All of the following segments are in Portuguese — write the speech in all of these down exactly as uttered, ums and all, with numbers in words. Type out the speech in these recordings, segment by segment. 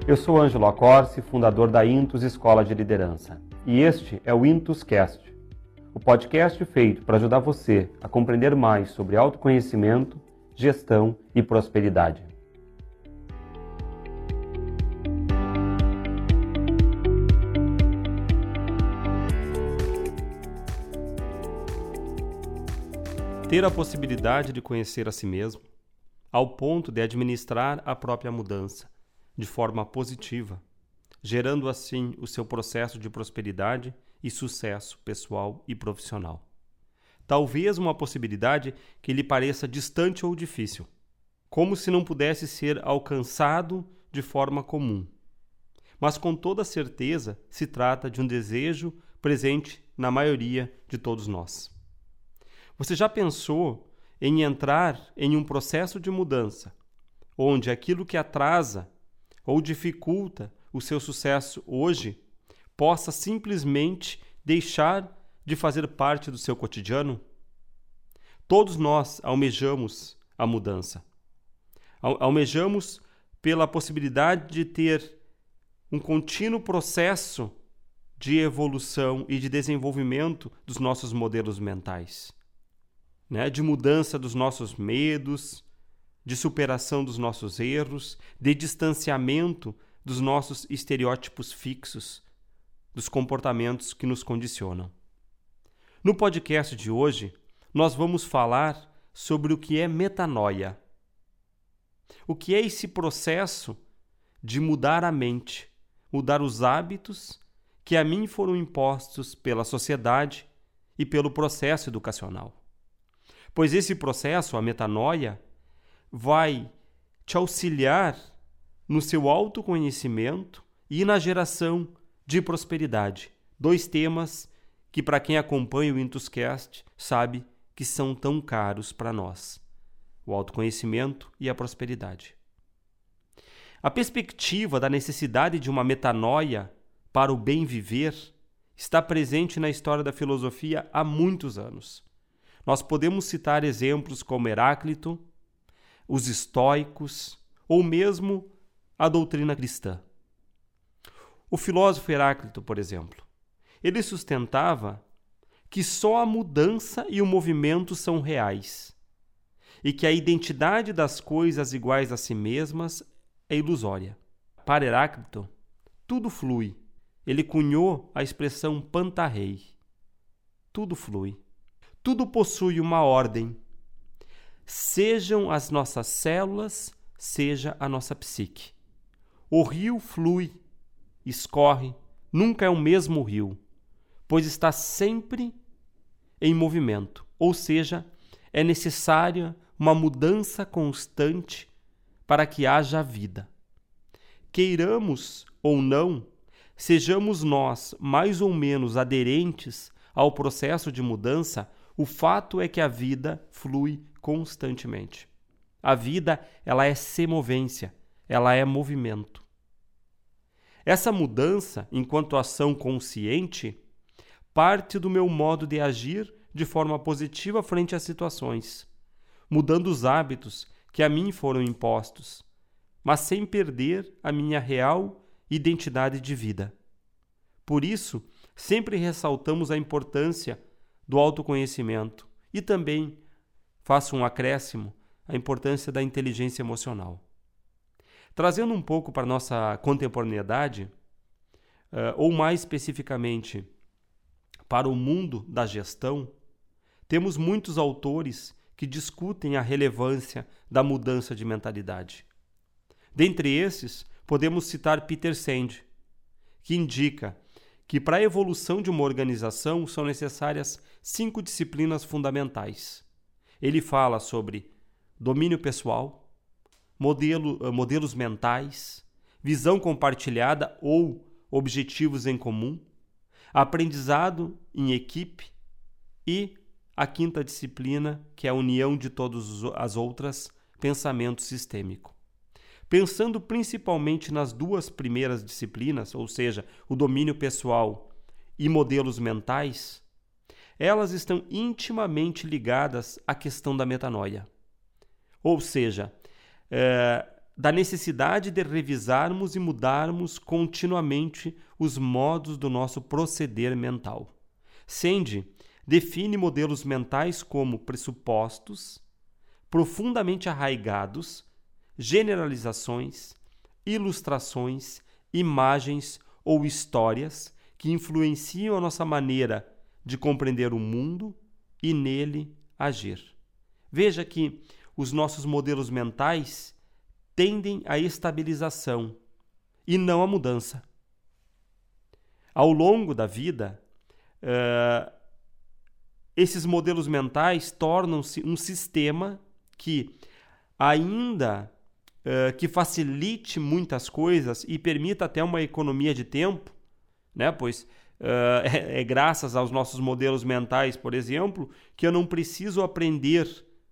Eu sou Ângelo Accorsi, fundador da Intus Escola de Liderança. E este é o IntusCast, o podcast feito para ajudar você a compreender mais sobre autoconhecimento, gestão e prosperidade. Ter a possibilidade de conhecer a si mesmo, ao ponto de administrar a própria mudança, de forma positiva, gerando assim o seu processo de prosperidade e sucesso pessoal e profissional. Talvez uma possibilidade que lhe pareça distante ou difícil, como se não pudesse ser alcançado de forma comum. Mas com toda certeza se trata de um desejo presente na maioria de todos nós. Você já pensou em entrar em um processo de mudança, onde aquilo que atrasa ou dificulta o seu sucesso hoje possa simplesmente deixar de fazer parte do seu cotidiano? Todos nós almejamos a mudança. Almejamos pela possibilidade de ter um contínuo processo de evolução e de desenvolvimento dos nossos modelos mentais, né? De mudança dos nossos medos, de superação dos nossos erros, de distanciamento dos nossos estereótipos fixos, dos comportamentos que nos condicionam. No podcast de hoje, nós vamos falar sobre o que é metanoia. O que é esse processo de mudar a mente, mudar os hábitos que a mim foram impostos pela sociedade e pelo processo educacional. Pois esse processo, a metanoia, vai te auxiliar no seu autoconhecimento e na geração de prosperidade. Dois temas que, para quem acompanha o IntusCast, sabe que são tão caros para nós: o autoconhecimento e a prosperidade. A perspectiva da necessidade de uma metanoia para o bem viver está presente na história da filosofia há muitos anos. Nós podemos citar exemplos como Heráclito, os estoicos ou mesmo a doutrina cristã. O filósofo Heráclito, por exemplo, ele sustentava que só a mudança e o movimento são reais e que a identidade das coisas iguais a si mesmas é ilusória. Para Heráclito, tudo flui. Ele cunhou a expressão pantarrei. Tudo flui. Tudo possui uma ordem. Sejam as nossas células, seja a nossa psique. O rio flui, escorre, nunca é o mesmo rio, pois está sempre em movimento, ou seja, é necessária uma mudança constante para que haja vida. Queiramos ou não, sejamos nós mais ou menos aderentes ao processo de mudança, o fato é que a vida flui constantemente. A vida, ela é semovência, ela é movimento. Essa mudança, enquanto ação consciente, parte do meu modo de agir de forma positiva frente às situações, mudando os hábitos que a mim foram impostos, mas sem perder a minha real identidade de vida. Por isso, sempre ressaltamos a importância do autoconhecimento e também, faço um acréscimo, a importância da inteligência emocional. Trazendo um pouco para a nossa contemporaneidade, uh, ou mais especificamente para o mundo da gestão, temos muitos autores que discutem a relevância da mudança de mentalidade. Dentre esses, podemos citar Peter Senge, que indica que para a evolução de uma organização são necessárias cinco disciplinas fundamentais. Ele fala sobre domínio pessoal, modelo, modelos mentais, visão compartilhada ou objetivos em comum, aprendizado em equipe e a quinta disciplina, que é a união de todas as outras, pensamento sistêmico. Pensando principalmente nas duas primeiras disciplinas, ou seja, o domínio pessoal e modelos mentais, elas estão intimamente ligadas à questão da metanoia. Ou seja, é, da necessidade de revisarmos e mudarmos continuamente os modos do nosso proceder mental. Sandy define modelos mentais como pressupostos profundamente arraigados, generalizações, ilustrações, imagens ou histórias que influenciam a nossa maneira de compreender o mundo e nele agir. Veja que os nossos modelos mentais tendem à estabilização e não à mudança. Ao longo da vida, uh, esses modelos mentais tornam-se um sistema que, ainda uh, que facilite muitas coisas e permita até uma economia de tempo, né? Pois uh, é, é graças aos nossos modelos mentais, por exemplo, que eu não preciso aprender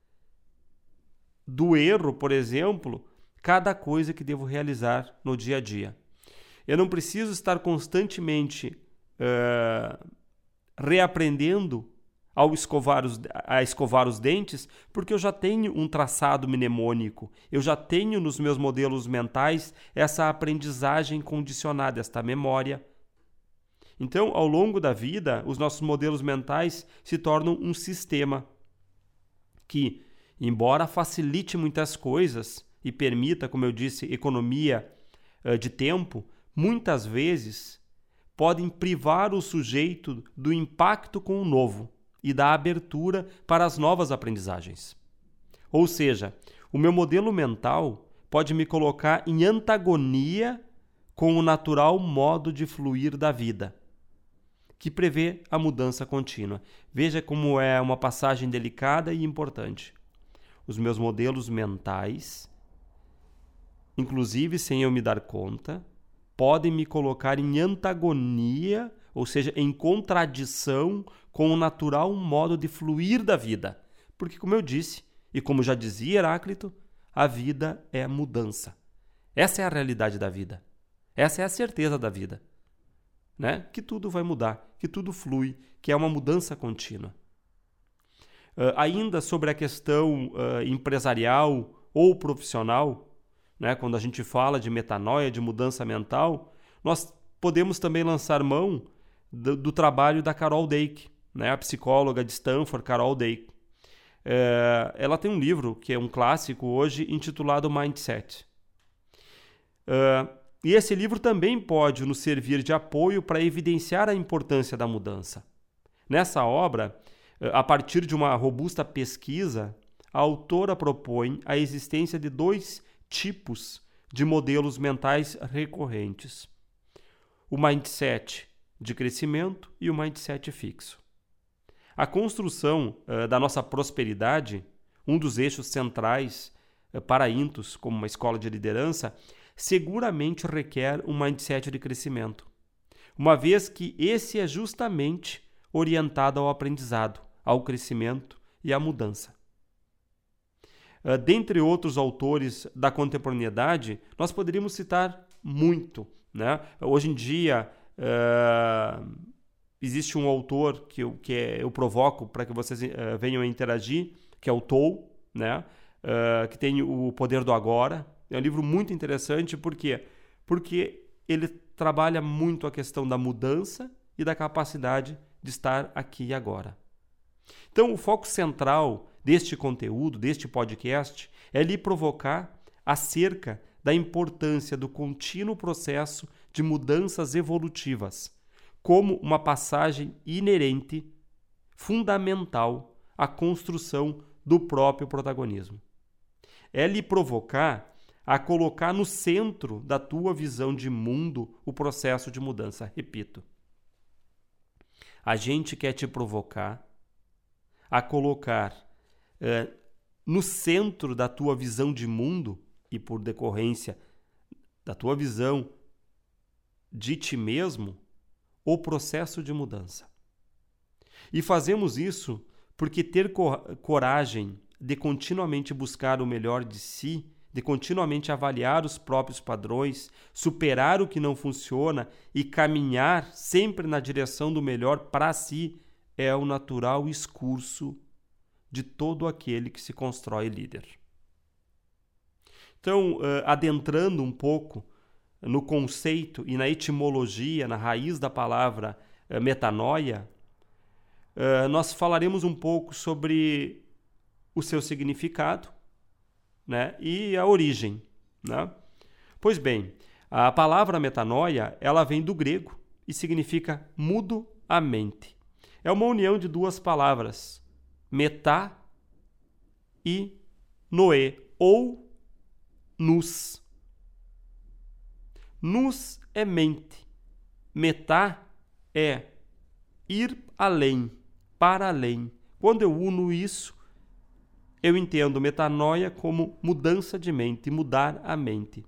do erro, por exemplo, cada coisa que devo realizar no dia a dia. Eu não preciso estar constantemente uh, reaprendendo ao escovar os, a escovar os dentes, porque eu já tenho um traçado mnemônico, eu já tenho nos meus modelos mentais essa aprendizagem condicionada, esta memória. Então, ao longo da vida, os nossos modelos mentais se tornam um sistema que, embora facilite muitas coisas e permita, como eu disse, economia uh, de tempo, muitas vezes podem privar o sujeito do impacto com o novo e da abertura para as novas aprendizagens. Ou seja, o meu modelo mental pode me colocar em antagonia com o natural modo de fluir da vida, que prevê a mudança contínua. Veja como é uma passagem delicada e importante. Os meus modelos mentais, inclusive sem eu me dar conta, podem me colocar em antagonia, ou seja, em contradição com o natural modo de fluir da vida. Porque, como eu disse, e como já dizia Heráclito, a vida é mudança. Essa é a realidade da vida. Essa é a certeza da vida. Né? Que tudo vai mudar, que tudo flui, que é uma mudança contínua. Uh, ainda sobre a questão uh, empresarial ou profissional, né? Quando a gente fala de metanoia, de mudança mental, nós podemos também lançar mão do, do trabalho da Carol Dweck, né? A psicóloga de Stanford, Carol Dweck. Uh, ela tem um livro que é um clássico hoje, intitulado Mindset. Uh, e esse livro também pode nos servir de apoio para evidenciar a importância da mudança. Nessa obra, a partir de uma robusta pesquisa, a autora propõe a existência de dois tipos de modelos mentais recorrentes: o mindset de crescimento e o mindset fixo. A construção uh, da nossa prosperidade, um dos eixos centrais uh, para a Intus como uma escola de liderança, seguramente requer um mindset de crescimento, uma vez que esse é justamente orientado ao aprendizado, ao crescimento e à mudança. Uh, dentre outros autores da contemporaneidade, nós poderíamos citar muito, né? Hoje em dia, uh, existe um autor que eu, que é, eu provoco para que vocês uh, venham a interagir, que é o Toll, né? Uh, que tem O Poder do Agora. É um livro muito interessante, por quê? Porque ele trabalha muito a questão da mudança e da capacidade de estar aqui e agora. Então, o foco central deste conteúdo, deste podcast, é lhe provocar acerca da importância do contínuo processo de mudanças evolutivas, como uma passagem inerente, fundamental à construção do próprio protagonismo. É lhe provocar a colocar no centro da tua visão de mundo o processo de mudança. Repito, a gente quer te provocar a colocar uh, no centro da tua visão de mundo e, por decorrência da tua visão de ti mesmo, o processo de mudança. E fazemos isso porque ter cor- coragem de continuamente buscar o melhor de si, de continuamente avaliar os próprios padrões, superar o que não funciona e caminhar sempre na direção do melhor para si, é o natural excurso de todo aquele que se constrói líder. Então, uh, adentrando um pouco no conceito e na etimologia, na raiz da palavra uh, metanoia, uh, nós falaremos um pouco sobre o seu significado, né, e a origem, né? Pois bem, a palavra metanoia, ela vem do grego e significa mudo a mente. É uma união de duas palavras, metá e noé, ou nous. Nous é mente, metá é ir além, para além. Quando eu uno isso, eu entendo metanoia como mudança de mente, mudar a mente.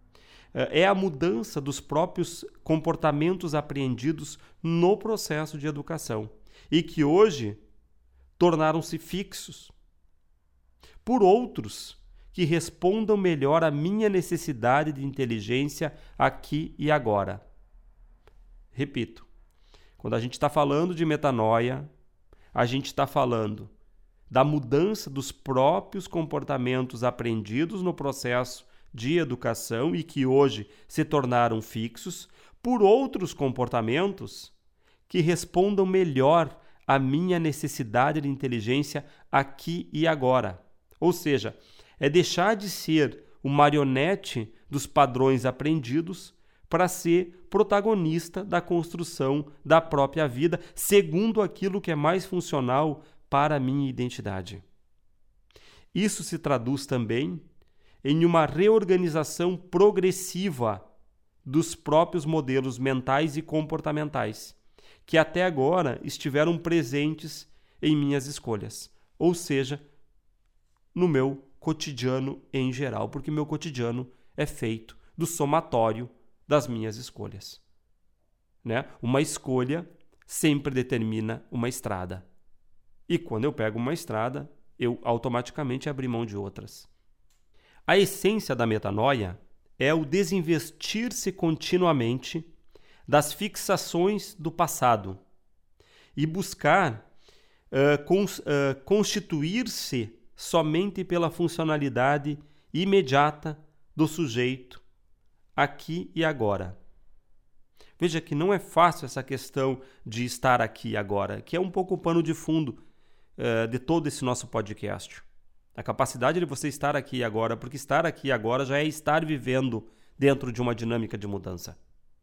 É a mudança dos próprios comportamentos apreendidos no processo de educação e que hoje tornaram-se fixos por outros que respondam melhor à minha necessidade de inteligência aqui e agora. Repito, quando a gente está falando de metanoia, a gente está falando da mudança dos próprios comportamentos aprendidos no processo de educação e que hoje se tornaram fixos por outros comportamentos que respondam melhor à minha necessidade de inteligência aqui e agora. Ou seja, é deixar de ser o marionete dos padrões aprendidos para ser protagonista da construção da própria vida, segundo aquilo que é mais funcional para a minha identidade. Isso se traduz também em uma reorganização progressiva dos próprios modelos mentais e comportamentais, que até agora estiveram presentes em minhas escolhas, ou seja, no meu cotidiano em geral, porque meu cotidiano é feito do somatório das minhas escolhas, né? Uma escolha sempre determina uma estrada. E quando eu pego uma estrada, eu automaticamente abro mão de outras. A essência da metanoia é o desinvestir-se continuamente das fixações do passado e buscar uh, cons, uh, constituir-se somente pela funcionalidade imediata do sujeito aqui e agora. Veja que não é fácil essa questão de estar aqui e agora, que é um pouco o pano de fundo uh, de todo esse nosso podcast. A capacidade de você estar aqui e agora, porque estar aqui e agora já é estar vivendo dentro de uma dinâmica de mudança.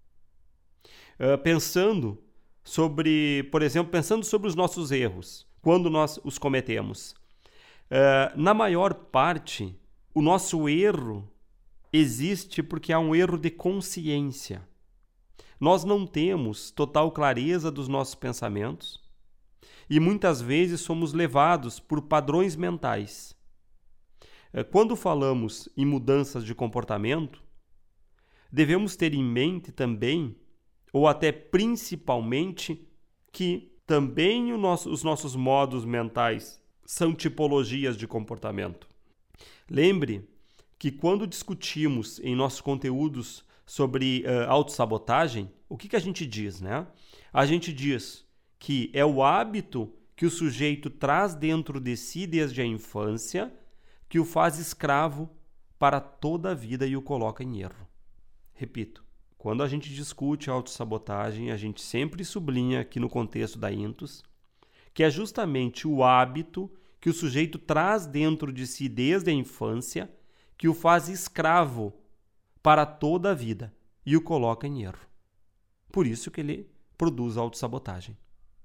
Uh, pensando sobre, por exemplo, pensando sobre os nossos erros, quando nós os cometemos. Uh, na maior parte, o nosso erro existe porque há um erro de consciência. Nós não temos total clareza dos nossos pensamentos e muitas vezes somos levados por padrões mentais. Quando falamos em mudanças de comportamento, devemos ter em mente também, ou até principalmente, que também o nosso, os nossos modos mentais são tipologias de comportamento. Lembre que quando discutimos em nossos conteúdos sobre uh, autossabotagem, o que, que a gente diz, né? A gente diz que é o hábito que o sujeito traz dentro de si desde a infância que o faz escravo para toda a vida e o coloca em erro. Repito, quando a gente discute autossabotagem, a gente sempre sublinha aqui no contexto da Intus que é justamente o hábito que o sujeito traz dentro de si desde a infância que o faz escravo para toda a vida e o coloca em erro. Por isso que ele produz autossabotagem.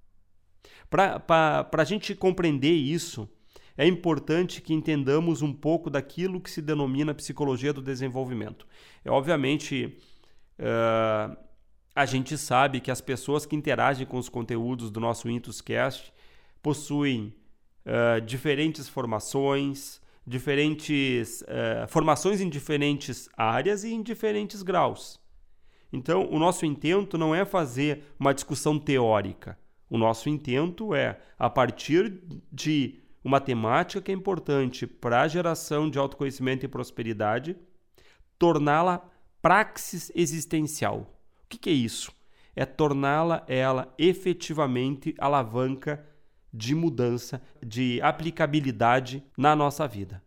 Para a gente compreender isso, é importante que entendamos um pouco daquilo que se denomina psicologia do desenvolvimento. É, obviamente, uh, a gente sabe que as pessoas que interagem com os conteúdos do nosso Intuscast possuem uh, diferentes formações, diferentes uh, formações em diferentes áreas e em diferentes graus. Então, o nosso intento não é fazer uma discussão teórica. O nosso intento é, a partir de uma temática que é importante para a geração de autoconhecimento e prosperidade, torná-la praxis existencial. O que, que é isso? É torná-la ela efetivamente alavanca de mudança, de aplicabilidade na nossa vida.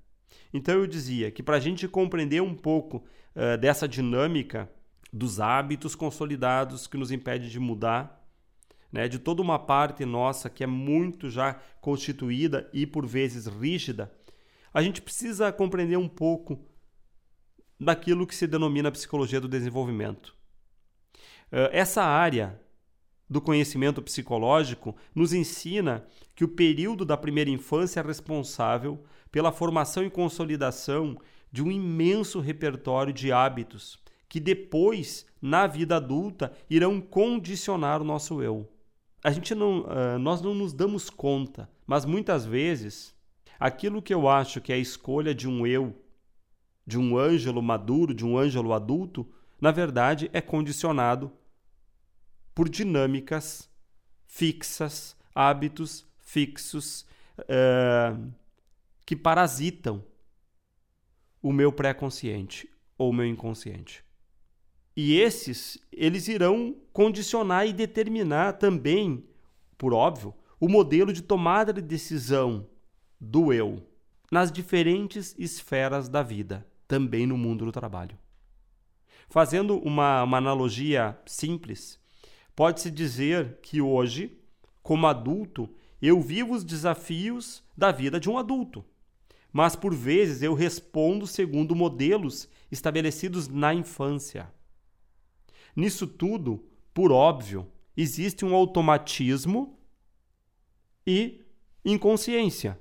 Então eu dizia que para a gente compreender um pouco uh, dessa dinâmica dos hábitos consolidados que nos impede de mudar, né, de toda uma parte nossa que é muito já constituída e por vezes rígida, a gente precisa compreender um pouco daquilo que se denomina psicologia do desenvolvimento. Essa área do conhecimento psicológico nos ensina que o período da primeira infância é responsável pela formação e consolidação de um imenso repertório de hábitos que depois, na vida adulta, irão condicionar o nosso eu. A gente não, nós não nos damos conta, mas muitas vezes aquilo que eu acho que é a escolha de um eu, de um Ângelo maduro, de um Ângelo adulto, na verdade é condicionado por dinâmicas fixas, hábitos fixos uh, que parasitam o meu pré-consciente ou o meu inconsciente. E esses, eles irão condicionar e determinar também, por óbvio, o modelo de tomada de decisão do eu nas diferentes esferas da vida, também no mundo do trabalho. Fazendo uma, uma analogia simples, pode-se dizer que hoje, como adulto, eu vivo os desafios da vida de um adulto, mas por vezes eu respondo segundo modelos estabelecidos na infância. Nisso tudo, por óbvio, existe um automatismo e inconsciência.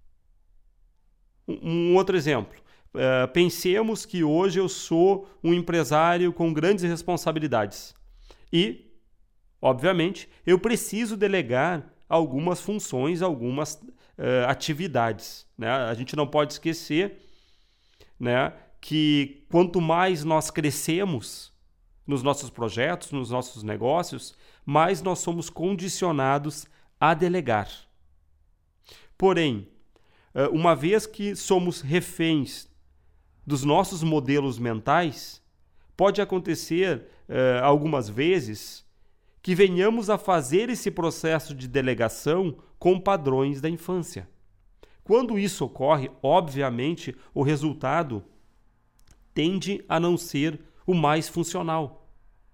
Um outro exemplo. Uh, pensemos que hoje eu sou um empresário com grandes responsabilidades e, obviamente, eu preciso delegar algumas funções, algumas uh, atividades, né? A gente não pode esquecer, né, que quanto mais nós crescemos nos nossos projetos, nos nossos negócios, mais nós somos condicionados a delegar. Porém, uma vez que somos reféns dos nossos modelos mentais, pode acontecer uh, algumas vezes que venhamos a fazer esse processo de delegação com padrões da infância. Quando isso ocorre, obviamente, o resultado tende a não ser o mais funcional.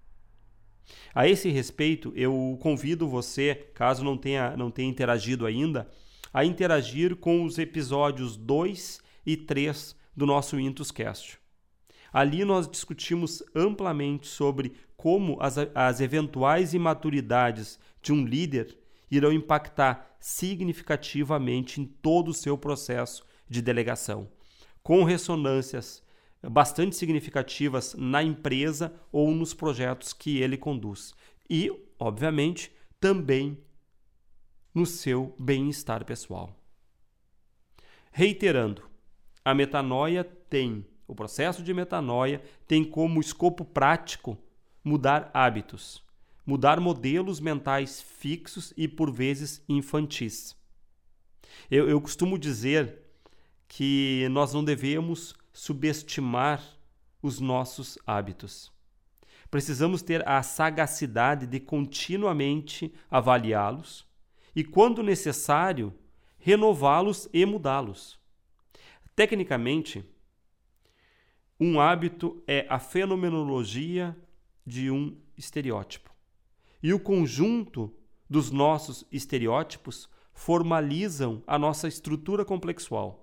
A esse respeito, eu convido você, caso não tenha, não tenha interagido ainda, a interagir com os episódios dois e três do nosso Intuscast. Ali nós discutimos amplamente sobre como as, as eventuais imaturidades de um líder irão impactar significativamente em todo o seu processo de delegação, com ressonâncias bastante significativas na empresa ou nos projetos que ele conduz. E, obviamente, também no seu bem-estar pessoal. Reiterando, a metanoia tem, o processo de metanoia tem como escopo prático mudar hábitos, mudar modelos mentais fixos e, por vezes, infantis. Eu, eu costumo dizer que nós não devemos subestimar os nossos hábitos. Precisamos ter a sagacidade de continuamente avaliá-los e, quando necessário, renová-los e mudá-los. Tecnicamente, um hábito é a fenomenologia de um estereótipo. E o conjunto dos nossos estereótipos formalizam a nossa estrutura complexual.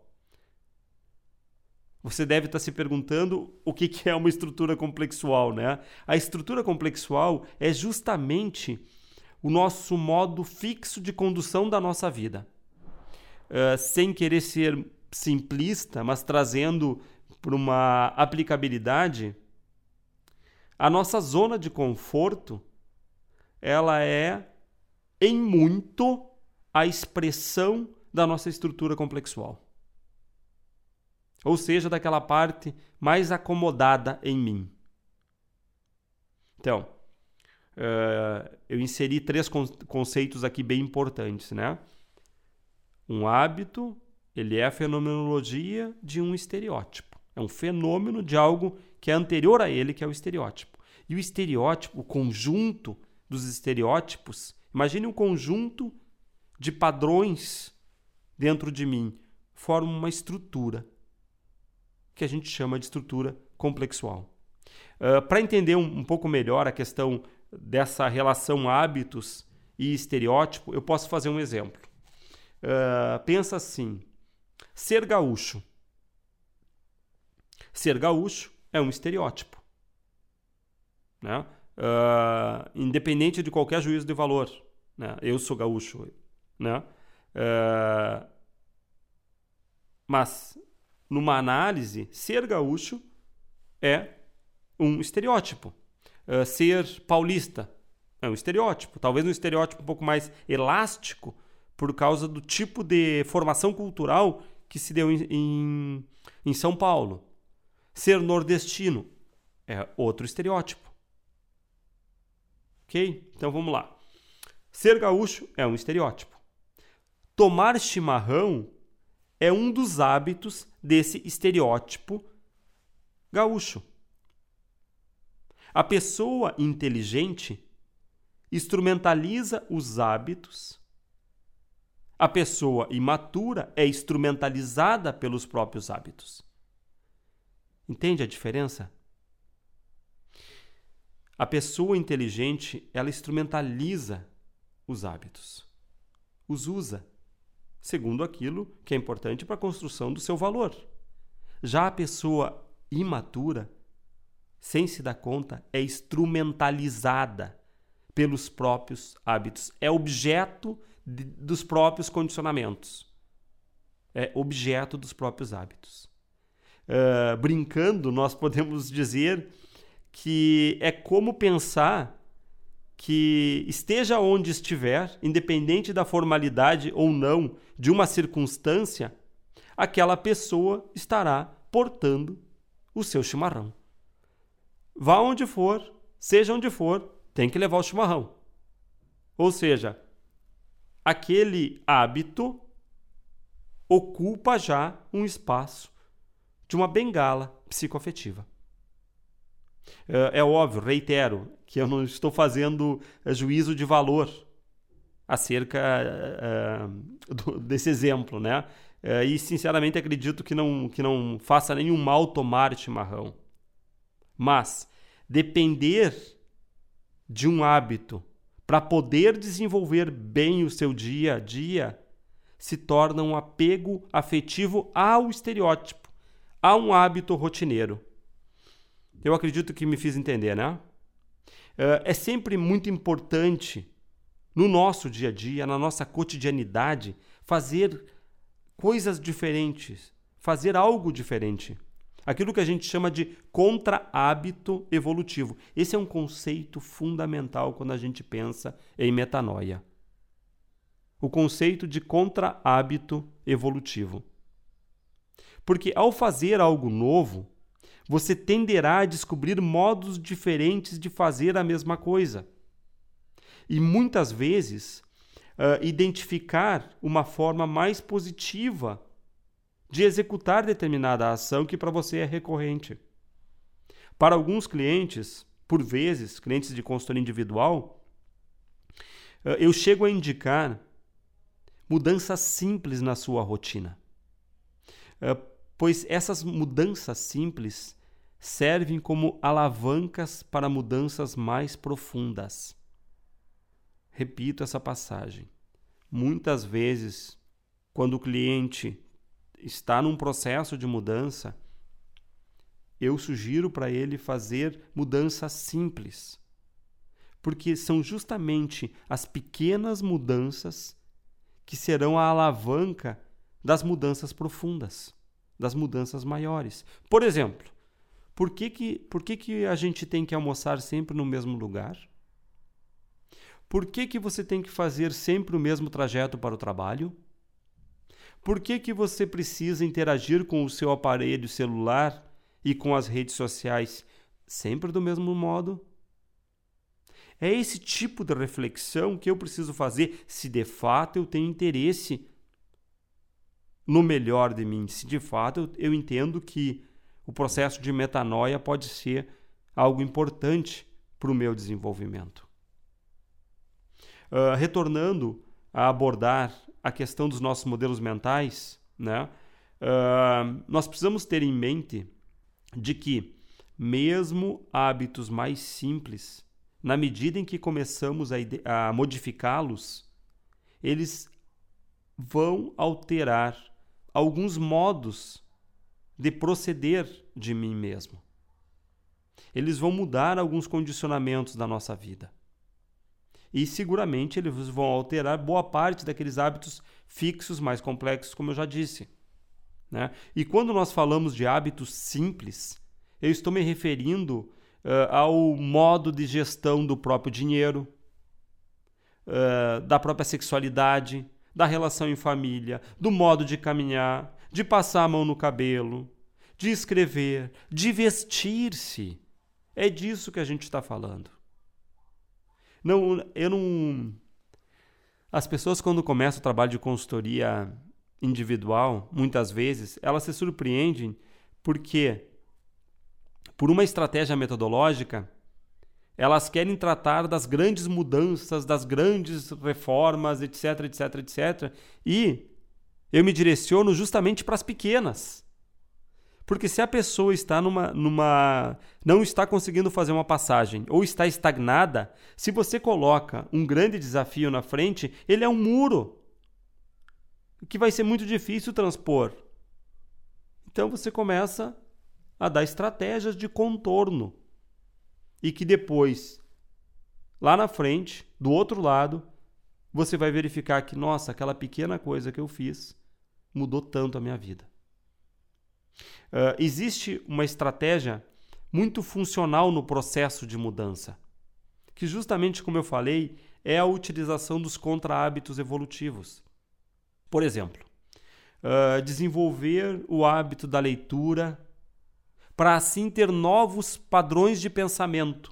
Você deve estar se perguntando o que é uma estrutura complexual, né? A estrutura complexual é justamente o nosso modo fixo de condução da nossa vida. Uh, sem querer ser simplista, mas trazendo para uma aplicabilidade, a nossa zona de conforto, ela é, em muito, a expressão da nossa estrutura complexual. Ou seja, daquela parte mais acomodada em mim. Então, uh, eu inseri três conceitos aqui bem importantes, né? Um hábito, ele é a fenomenologia de um estereótipo. É um fenômeno de algo que é anterior a ele, que é o estereótipo. E o estereótipo, o conjunto dos estereótipos, imagine um conjunto de padrões dentro de mim, forma uma estrutura. que a gente chama de estrutura complexual. Uh, Para entender um, um pouco melhor a questão dessa relação hábitos e estereótipo, eu posso fazer um exemplo. Uh, pensa assim, ser gaúcho. Ser gaúcho é um estereótipo, né? Uh, independente de qualquer juízo de valor, né? Eu sou gaúcho, né? Uh, mas, numa análise, ser gaúcho é um estereótipo. Uh, ser paulista é um estereótipo. Talvez um estereótipo um pouco mais elástico por causa do tipo de formação cultural que se deu em, em, em São Paulo. Ser nordestino é outro estereótipo. Ok? Então vamos lá. Ser gaúcho é um estereótipo. Tomar chimarrão é um dos hábitos desse estereótipo gaúcho. A pessoa inteligente instrumentaliza os hábitos. A pessoa imatura é instrumentalizada pelos próprios hábitos. Entende a diferença? A pessoa inteligente, ela instrumentaliza os hábitos. Os usa, segundo aquilo que é importante para a construção do seu valor. Já a pessoa imatura, sem se dar conta, é instrumentalizada pelos próprios hábitos. É objeto de, dos próprios condicionamentos. É objeto dos próprios hábitos. Uh, brincando, nós podemos dizer que é como pensar que esteja onde estiver, independente da formalidade ou não de uma circunstância, aquela pessoa estará portando o seu chimarrão. Vá onde for, seja onde for, tem que levar o chimarrão. Ou seja, aquele hábito ocupa já um espaço de uma bengala psicoafetiva. É óbvio, reitero, que eu não estou fazendo juízo de valor acerca uh, do, desse exemplo, né? Uh, e, sinceramente, acredito que não, que não faça nenhum mal tomar chimarrão. Mas depender de um hábito para poder desenvolver bem o seu dia a dia se torna um apego afetivo ao estereótipo, a um hábito rotineiro. Eu acredito que me fiz entender, né? É sempre muito importante, no nosso dia a dia, na nossa cotidianidade, fazer coisas diferentes, fazer algo diferente. Aquilo que a gente chama de contra-hábito evolutivo. Esse é um conceito fundamental quando a gente pensa em metanoia. O conceito de contra-hábito evolutivo. Porque ao fazer algo novo, você tenderá a descobrir modos diferentes de fazer a mesma coisa. E muitas vezes, uh, identificar uma forma mais positiva de executar determinada ação que para você é recorrente. Para alguns clientes, por vezes, clientes de consultoria individual, uh, eu chego a indicar mudanças simples na sua rotina. Uh, pois essas mudanças simples servem como alavancas para mudanças mais profundas. Repito essa passagem. Muitas vezes, quando o cliente está num processo de mudança, eu sugiro para ele fazer mudanças simples, porque são justamente as pequenas mudanças que serão a alavanca das mudanças profundas, das mudanças maiores. Por exemplo, por que que, por que que a gente tem que almoçar sempre no mesmo lugar? Por que que você tem que fazer sempre o mesmo trajeto para o trabalho? Por que que você precisa interagir com o seu aparelho celular e com as redes sociais sempre do mesmo modo? É esse tipo de reflexão que eu preciso fazer se de fato eu tenho interesse no melhor de mim, se de fato eu, eu entendo que o processo de metanoia pode ser algo importante para o meu desenvolvimento. Uh, retornando a abordar a questão dos nossos modelos mentais, né? Uh, nós precisamos ter em mente de que mesmo hábitos mais simples, na medida em que começamos a, a modificá-los, eles vão alterar alguns modos de proceder de mim mesmo. Eles vão mudar alguns condicionamentos da nossa vida. E seguramente eles vão alterar boa parte daqueles hábitos fixos mais complexos, como eu já disse, né? E quando nós falamos de hábitos simples, eu estou me referindo uh, ao modo de gestão do próprio dinheiro, uh, da própria sexualidade, da relação em família, do modo de caminhar, de passar a mão no cabelo, de escrever, de vestir-se. É disso que a gente está falando. Não, eu não... As pessoas, quando começam o trabalho de consultoria individual, muitas vezes, elas se surpreendem porque, por uma estratégia metodológica, elas querem tratar das grandes mudanças, das grandes reformas, etc, etc, etcétera. E eu me direciono justamente para as pequenas. Porque se a pessoa está numa, numa, não está conseguindo fazer uma passagem ou está estagnada, se você coloca um grande desafio na frente, ele é um muro que vai ser muito difícil transpor. Então você começa a dar estratégias de contorno e que depois, lá na frente, do outro lado, você vai verificar que, nossa, aquela pequena coisa que eu fiz mudou tanto a minha vida. Uh, existe uma estratégia muito funcional no processo de mudança, que justamente, como eu falei, é a utilização dos contra-hábitos evolutivos. Por exemplo, uh, desenvolver o hábito da leitura para assim ter novos padrões de pensamento,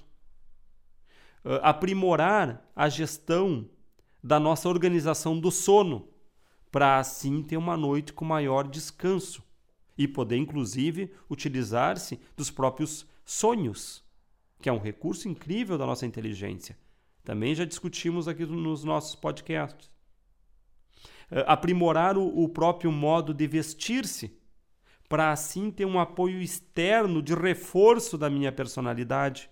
uh, aprimorar a gestão da nossa organização do sono para assim ter uma noite com maior descanso e poder, inclusive, utilizar-se dos próprios sonhos, que é um recurso incrível da nossa inteligência. Também já discutimos aqui nos nossos podcasts. Uh, aprimorar o, o próprio modo de vestir-se, para assim ter um apoio externo de reforço da minha personalidade.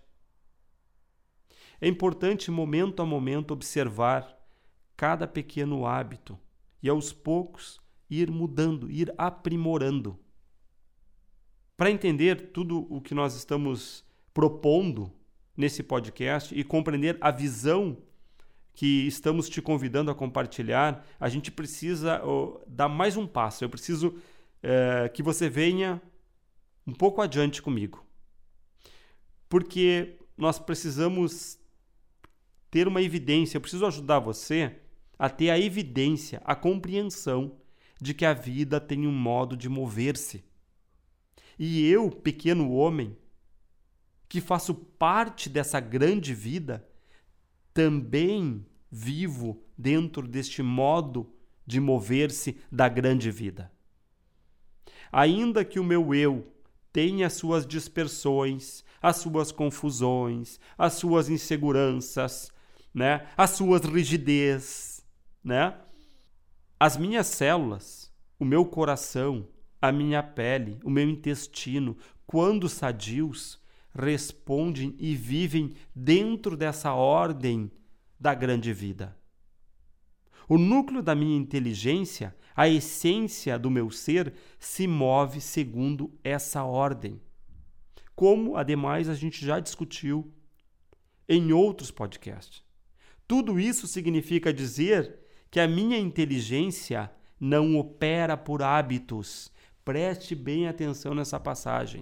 É importante, momento a momento, observar cada pequeno hábito e, aos poucos, ir mudando, ir aprimorando. Para entender tudo o que nós estamos propondo nesse podcast e compreender a visão que estamos te convidando a compartilhar, a gente precisa oh, dar mais um passo. Eu preciso eh, que você venha um pouco adiante comigo. Porque nós precisamos ter uma evidência, eu preciso ajudar você a ter a evidência, a compreensão de que a vida tem um modo de mover-se. E eu, pequeno homem, que faço parte dessa grande vida, também vivo dentro deste modo de mover-se da grande vida. Ainda que o meu eu tenha as suas dispersões, as suas confusões, as suas inseguranças, né? As suas rigidez, né? As minhas células, o meu coração, a minha pele, o meu intestino, quando sadios, respondem e vivem dentro dessa ordem da grande vida. O núcleo da minha inteligência, a essência do meu ser, se move segundo essa ordem. Como, ademais, a gente já discutiu em outros podcasts. Tudo isso significa dizer que a minha inteligência não opera por hábitos. Preste bem atenção nessa passagem.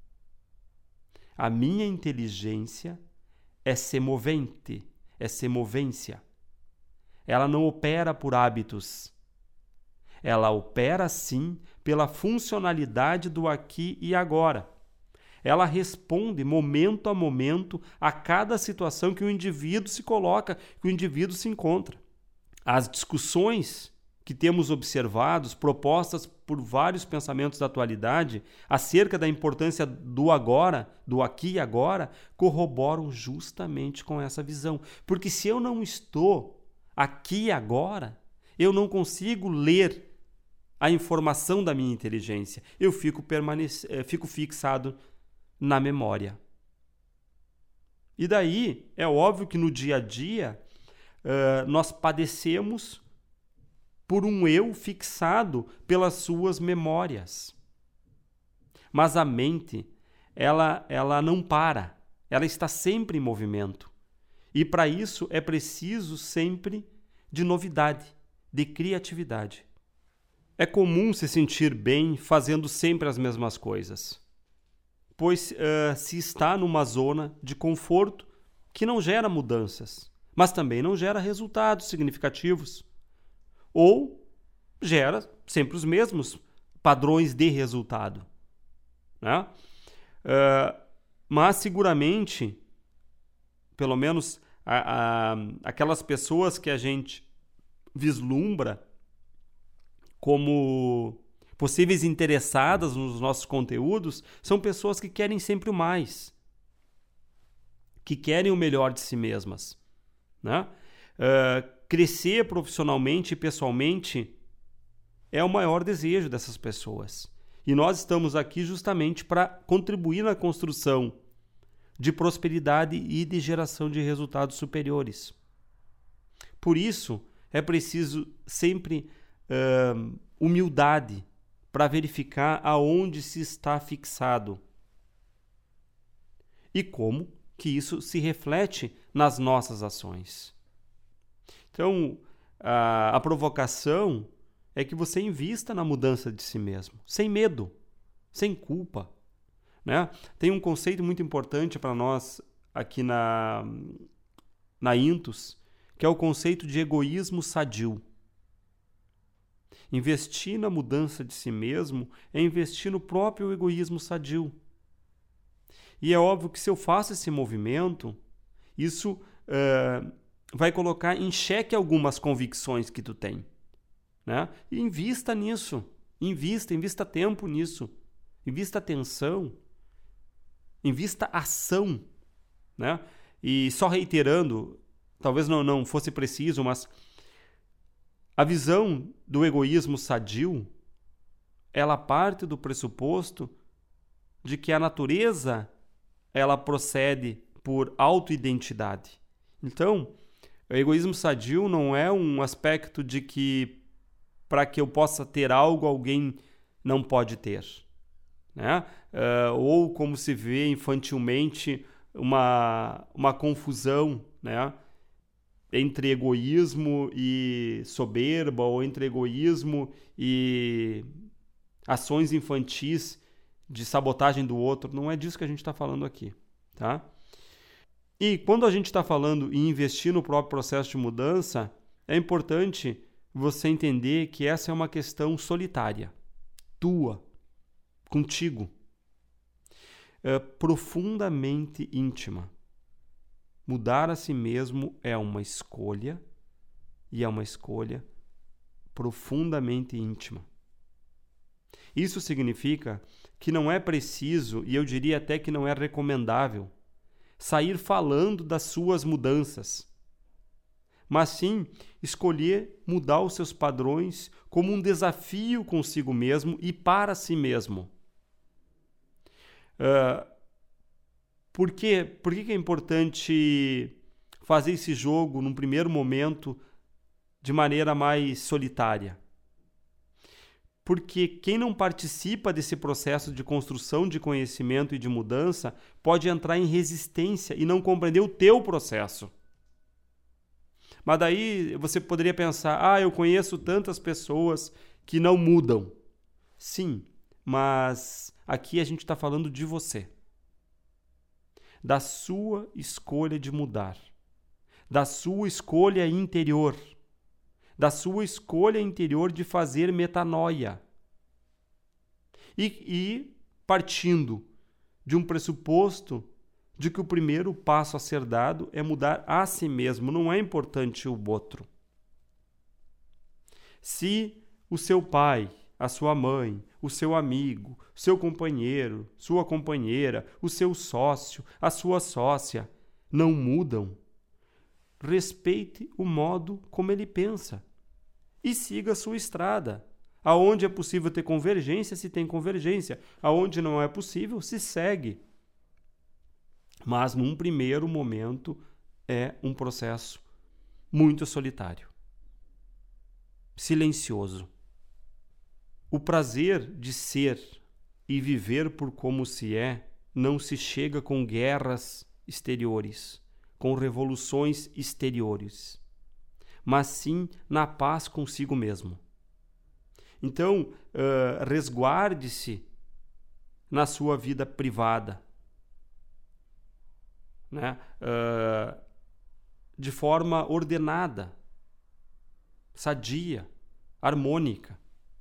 A minha inteligência é semovente, é semovência. Ela não opera por hábitos. Ela opera, sim, pela funcionalidade do aqui e agora. Ela responde, momento a momento, a cada situação que o indivíduo se coloca, que o indivíduo se encontra. As discussões que temos observados, propostas por vários pensamentos da atualidade, acerca da importância do agora, do aqui e agora, corroboram justamente com essa visão. Porque se eu não estou aqui e agora, eu não consigo ler a informação da minha inteligência. Eu fico, permanec... fico fixado na memória. E daí, é óbvio que no dia a dia, uh, nós padecemos por um eu fixado pelas suas memórias. Mas a mente, ela, ela não para, ela está sempre em movimento. E para isso é preciso sempre de novidade, de criatividade. É comum se sentir bem fazendo sempre as mesmas coisas, pois uh, se está numa zona de conforto que não gera mudanças, mas também não gera resultados significativos. Ou gera sempre os mesmos padrões de resultado, né? Uh, mas seguramente, pelo menos a, a, aquelas pessoas que a gente vislumbra como possíveis interessadas nos nossos conteúdos, são pessoas que querem sempre o mais, que querem o melhor de si mesmas, né? Uh, crescer profissionalmente e pessoalmente é o maior desejo dessas pessoas. E nós estamos aqui justamente para contribuir na construção de prosperidade e de geração de resultados superiores. Por isso, é preciso sempre uh, humildade para verificar aonde se está fixado e como que isso se reflete nas nossas ações. Então, a, a provocação é que você invista na mudança de si mesmo, sem medo, sem culpa, né? Tem um conceito muito importante para nós aqui na, na Intus, que é o conceito de egoísmo sadio. Investir na mudança de si mesmo é investir no próprio egoísmo sadio. E é óbvio que se eu faço esse movimento, isso uh, vai colocar em xeque algumas convicções que tu tem, né? E invista nisso, invista, invista tempo nisso, invista atenção, invista ação, né? E só reiterando, talvez não, não fosse preciso, mas a visão do egoísmo sadio, ela parte do pressuposto de que a natureza, ela procede por autoidentidade. Então, o egoísmo sadio não é um aspecto de que para que eu possa ter algo, alguém não pode ter, né? Uh, ou como se vê infantilmente uma, uma confusão, né? Entre egoísmo e soberba, ou entre egoísmo e ações infantis de sabotagem do outro. Não é disso que a gente está falando aqui, tá? E quando a gente está falando em investir no próprio processo de mudança, é importante você entender que essa é uma questão solitária, tua, contigo, é profundamente íntima. Mudar a si mesmo é uma escolha, e é uma escolha profundamente íntima. Isso significa que não é preciso, e eu diria até que não é recomendável, sair falando das suas mudanças, mas sim escolher mudar os seus padrões como um desafio consigo mesmo e para si mesmo. Uh, Por quê? Por que é importante fazer esse jogo num primeiro momento de maneira mais solitária? Porque quem não participa desse processo de construção de conhecimento e de mudança pode entrar em resistência e não compreender o teu processo. Mas daí você poderia pensar, ah, eu conheço tantas pessoas que não mudam. Sim, mas aqui a gente está falando de você. Da sua escolha de mudar, da sua escolha interior, da sua escolha interior de fazer metanoia. E, e partindo de um pressuposto de que o primeiro passo a ser dado é mudar a si mesmo, não é importante o outro. Se o seu pai, a sua mãe, o seu amigo, seu companheiro, sua companheira, o seu sócio, a sua sócia não mudam, respeite o modo como ele pensa e siga a sua estrada. Aonde é possível ter convergência, se tem convergência. Aonde não é possível, se segue. Mas, num primeiro momento, é um processo muito solitário, silencioso. O prazer de ser e viver por como se é não se chega com guerras exteriores, com revoluções exteriores, mas sim na paz consigo mesmo. Então, uh, resguarde-se na sua vida privada, né? Uh, de forma ordenada, sadia, harmônica.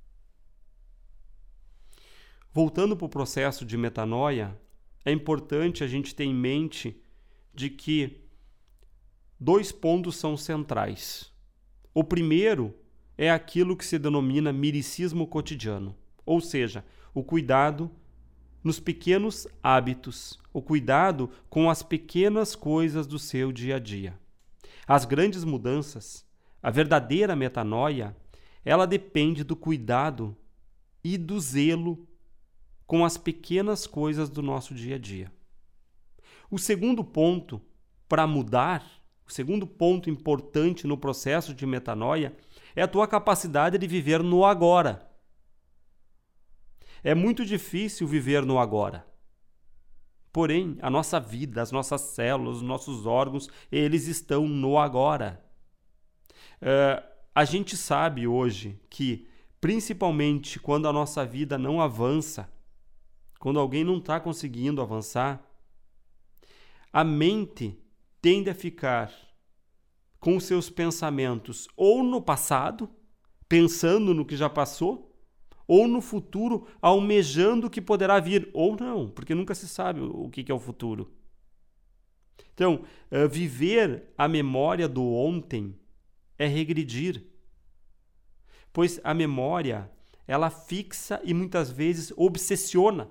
Voltando para o processo de metanoia, é importante a gente ter em mente de que dois pontos são centrais. O primeiro é aquilo que se denomina miricismo cotidiano, ou seja, o cuidado nos pequenos hábitos, o cuidado com as pequenas coisas do seu dia a dia. As grandes mudanças, a verdadeira metanoia, ela depende do cuidado e do zelo com as pequenas coisas do nosso dia a dia. O segundo ponto para mudar, o segundo ponto importante no processo de metanoia é a tua capacidade de viver no agora. É muito difícil viver no agora. Porém, a nossa vida, as nossas células, os nossos órgãos, eles estão no agora. Uh, a gente sabe hoje que, principalmente quando a nossa vida não avança, quando alguém não está conseguindo avançar, a mente tende a ficar com os seus pensamentos ou no passado, pensando no que já passou, ou no futuro, almejando o que poderá vir, ou não, porque nunca se sabe o que é o futuro. Então, uh, viver a memória do ontem é regredir, pois a memória, ela fixa e muitas vezes obsessiona.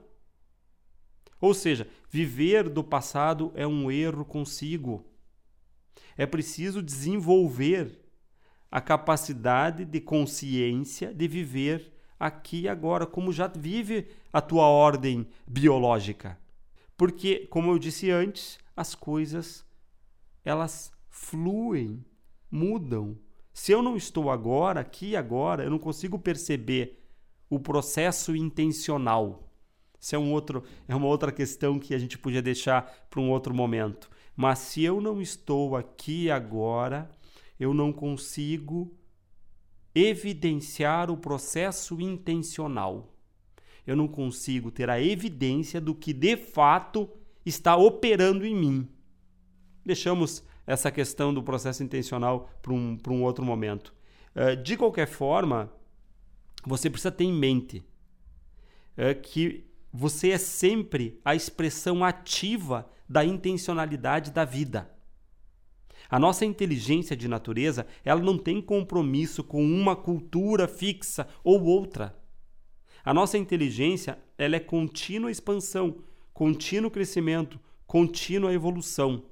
Ou seja, viver do passado é um erro consigo. É preciso desenvolver a capacidade de consciência de viver aqui e agora, como já vive a tua ordem biológica. Porque, como eu disse antes, as coisas, elas fluem, mudam. Se eu não estou agora, aqui e agora, eu não consigo perceber o processo intencional. Isso é, um outro, é uma outra questão que a gente podia deixar para um outro momento. Mas se eu não estou aqui agora, eu não consigo evidenciar o processo intencional. Eu não consigo ter a evidência do que de fato está operando em mim. Deixamos essa questão do processo intencional para um, para um outro momento. De qualquer forma, você precisa ter em mente que você é sempre a expressão ativa da intencionalidade da vida. A nossa inteligência de natureza, ela não tem compromisso com uma cultura fixa ou outra. A nossa inteligência, ela é contínua expansão, contínuo crescimento, contínua evolução.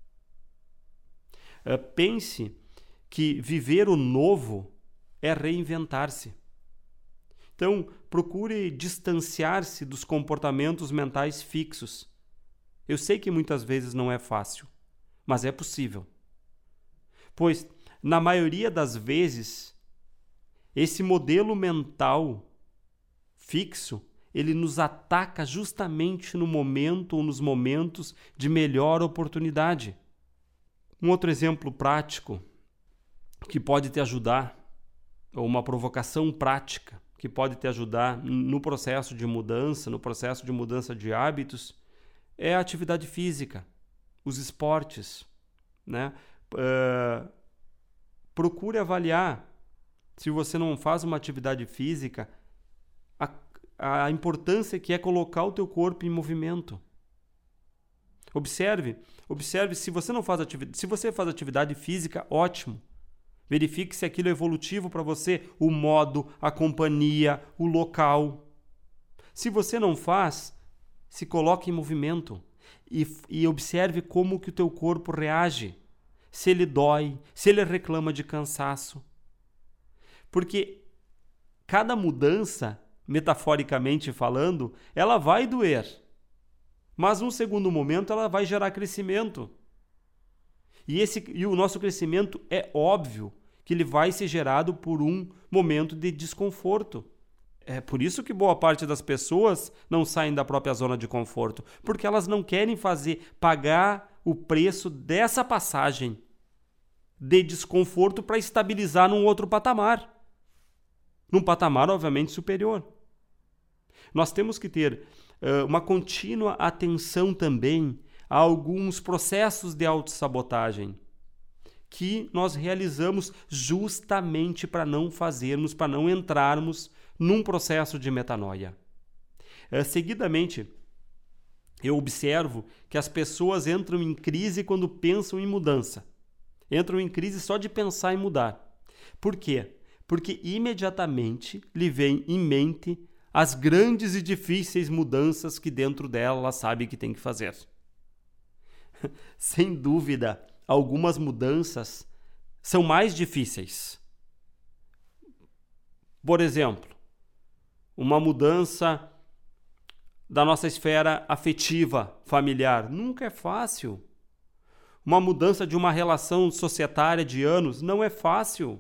Uh, pense que viver o novo é reinventar-se. Então, procure distanciar-se dos comportamentos mentais fixos. Eu sei que muitas vezes não é fácil, mas é possível. Pois, na maioria das vezes, esse modelo mental fixo, ele nos ataca justamente no momento ou nos momentos de melhor oportunidade. Um outro exemplo prático que pode te ajudar, ou uma provocação prática que pode te ajudar no processo de mudança, no processo de mudança de hábitos, é a atividade física, os esportes, né? Uh, procure avaliar, se você não faz uma atividade física, a, a importância que é colocar o teu corpo em movimento. Observe, observe se você não faz atividade, se você faz atividade física, ótimo. Verifique se aquilo é evolutivo para você, o modo, a companhia, o local. Se você não faz, se coloque em movimento e, e observe como que o teu corpo reage. Se ele dói, se ele reclama de cansaço. Porque cada mudança, metaforicamente falando, ela vai doer. Mas num segundo momento ela vai gerar crescimento. E, esse, e o nosso crescimento é óbvio que ele vai ser gerado por um momento de desconforto. É por isso que boa parte das pessoas não saem da própria zona de conforto, porque elas não querem fazer, pagar o preço dessa passagem de desconforto para estabilizar num outro patamar. Num patamar, obviamente, superior. Nós temos que ter uh, uma contínua atenção também a alguns processos de autossabotagem que nós realizamos justamente para não fazermos, para não entrarmos num processo de metanoia. Uh, seguidamente, eu observo que as pessoas entram em crise quando pensam em mudança. Entram em crise só de pensar em mudar. Por quê? Porque imediatamente lhe vem em mente as grandes e difíceis mudanças que dentro dela ela sabe que tem que fazer. Sem dúvida, algumas mudanças são mais difíceis. Por exemplo, uma mudança da nossa esfera afetiva, familiar, nunca é fácil. Uma mudança de uma relação societária de anos não é fácil.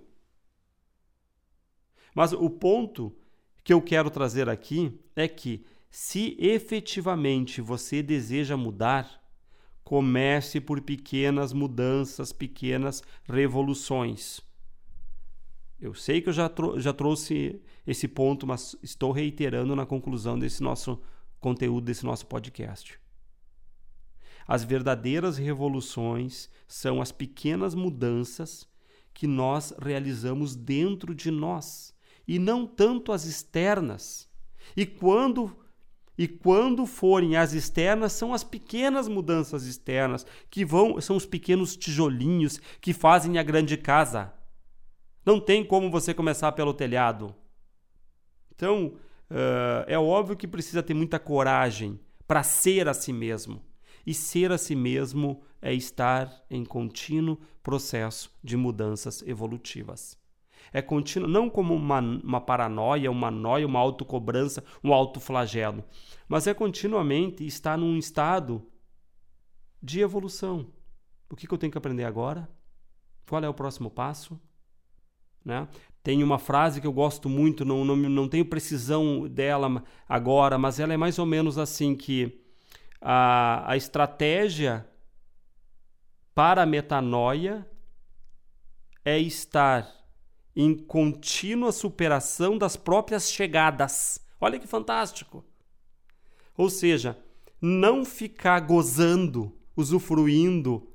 Mas o ponto que eu quero trazer aqui é que, se efetivamente você deseja mudar, comece por pequenas mudanças, pequenas revoluções. Eu sei que eu já, trou- já trouxe esse ponto, mas estou reiterando na conclusão desse nosso conteúdo, desse nosso podcast. As verdadeiras revoluções são as pequenas mudanças que nós realizamos dentro de nós, e não tanto as externas. E quando, e quando forem as externas, são as pequenas mudanças externas, que vão, são os pequenos tijolinhos que fazem a grande casa. Não tem como você começar pelo telhado. Então, uh, é óbvio que precisa ter muita coragem para ser a si mesmo. E ser a si mesmo é estar em contínuo processo de mudanças evolutivas. É contínuo, não como uma, uma paranoia, uma noia, uma autocobrança, um autoflagelo, mas é continuamente estar num estado de evolução. O que, que eu tenho que aprender agora? Qual é o próximo passo? Né? Tem uma frase que eu gosto muito, não, não, não tenho precisão dela agora, mas ela é mais ou menos assim, que a, a estratégia para a metanoia é estar em contínua superação das próprias chegadas. Olha que fantástico! Ou seja, não ficar gozando, usufruindo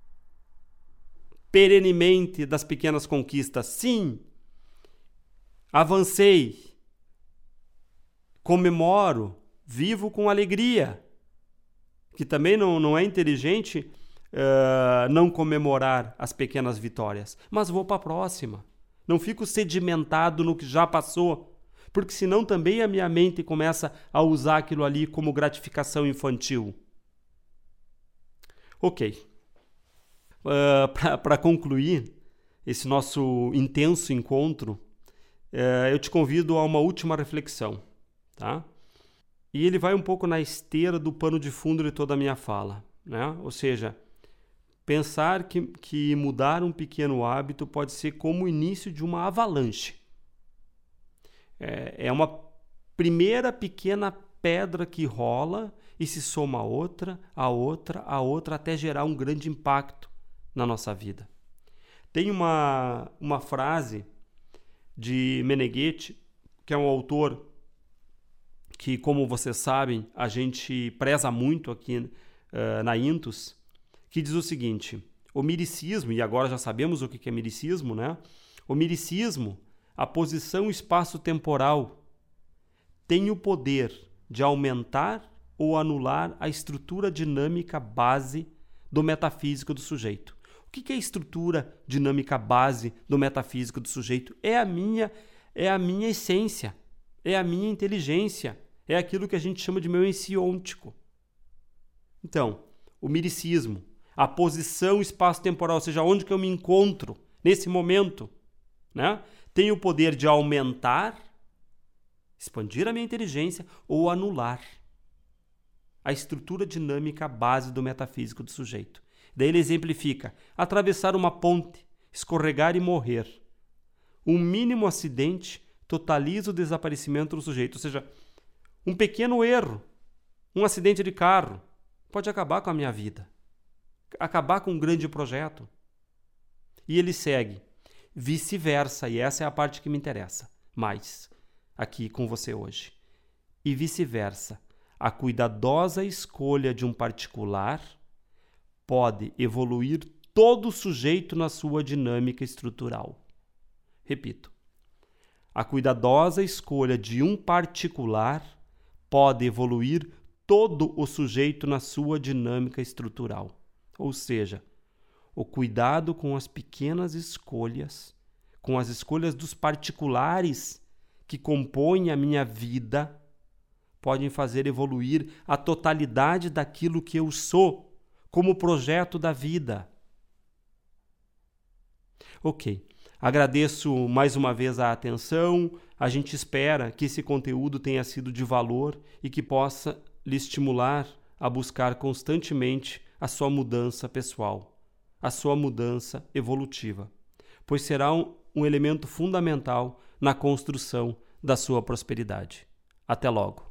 perenemente das pequenas conquistas. Sim, avancei, comemoro, vivo com alegria, que também não, não é inteligente uh, não comemorar as pequenas vitórias, mas vou para a próxima. Não fico sedimentado no que já passou, porque senão também a minha mente começa a usar aquilo ali como gratificação infantil. Ok. Uh, Para concluir esse nosso intenso encontro, uh, eu te convido a uma última reflexão, tá? E ele vai um pouco na esteira do pano de fundo de toda a minha fala, né? Ou seja, pensar que, que mudar um pequeno hábito pode ser como o início de uma avalanche. É, é uma primeira pequena pedra que rola e se soma a outra, a outra, a outra, até gerar um grande impacto na nossa vida. Tem uma, uma frase de Meneghetti, que é um autor que, como vocês sabem, a gente preza muito aqui uh, na Intus, que diz o seguinte: o miricismo, e agora já sabemos o que é miricismo, né? O miricismo, a posição espaço-temporal, tem o poder de aumentar ou anular a estrutura dinâmica base do metafísico do sujeito. O que é a estrutura dinâmica base do metafísico do sujeito? É a minha, é a minha essência, é a minha inteligência, é aquilo que a gente chama de meu ensiôntico. Então, o miricismo, a posição espaço-temporal, ou seja, onde que eu me encontro nesse momento, né? Tem o poder de aumentar expandir a minha inteligência ou anular a estrutura dinâmica base do metafísico do sujeito. Daí ele exemplifica: atravessar uma ponte, escorregar e morrer. Um mínimo acidente totaliza o desaparecimento do sujeito. Ou seja, um pequeno erro, um acidente de carro, pode acabar com a minha vida, acabar com um grande projeto. E ele segue: vice-versa, e essa é a parte que me interessa mais aqui com você hoje. E vice-versa, a cuidadosa escolha de um particular pode evoluir todo o sujeito na sua dinâmica estrutural. Repito, a cuidadosa escolha de um particular pode evoluir todo o sujeito na sua dinâmica estrutural. Ou seja, o cuidado com as pequenas escolhas, com as escolhas dos particulares que compõem a minha vida, podem fazer evoluir a totalidade daquilo que eu sou como projeto da vida. Ok, agradeço mais uma vez a atenção. A gente espera que esse conteúdo tenha sido de valor e que possa lhe estimular a buscar constantemente a sua mudança pessoal, a sua mudança evolutiva, pois será um, um elemento fundamental na construção da sua prosperidade. Até logo!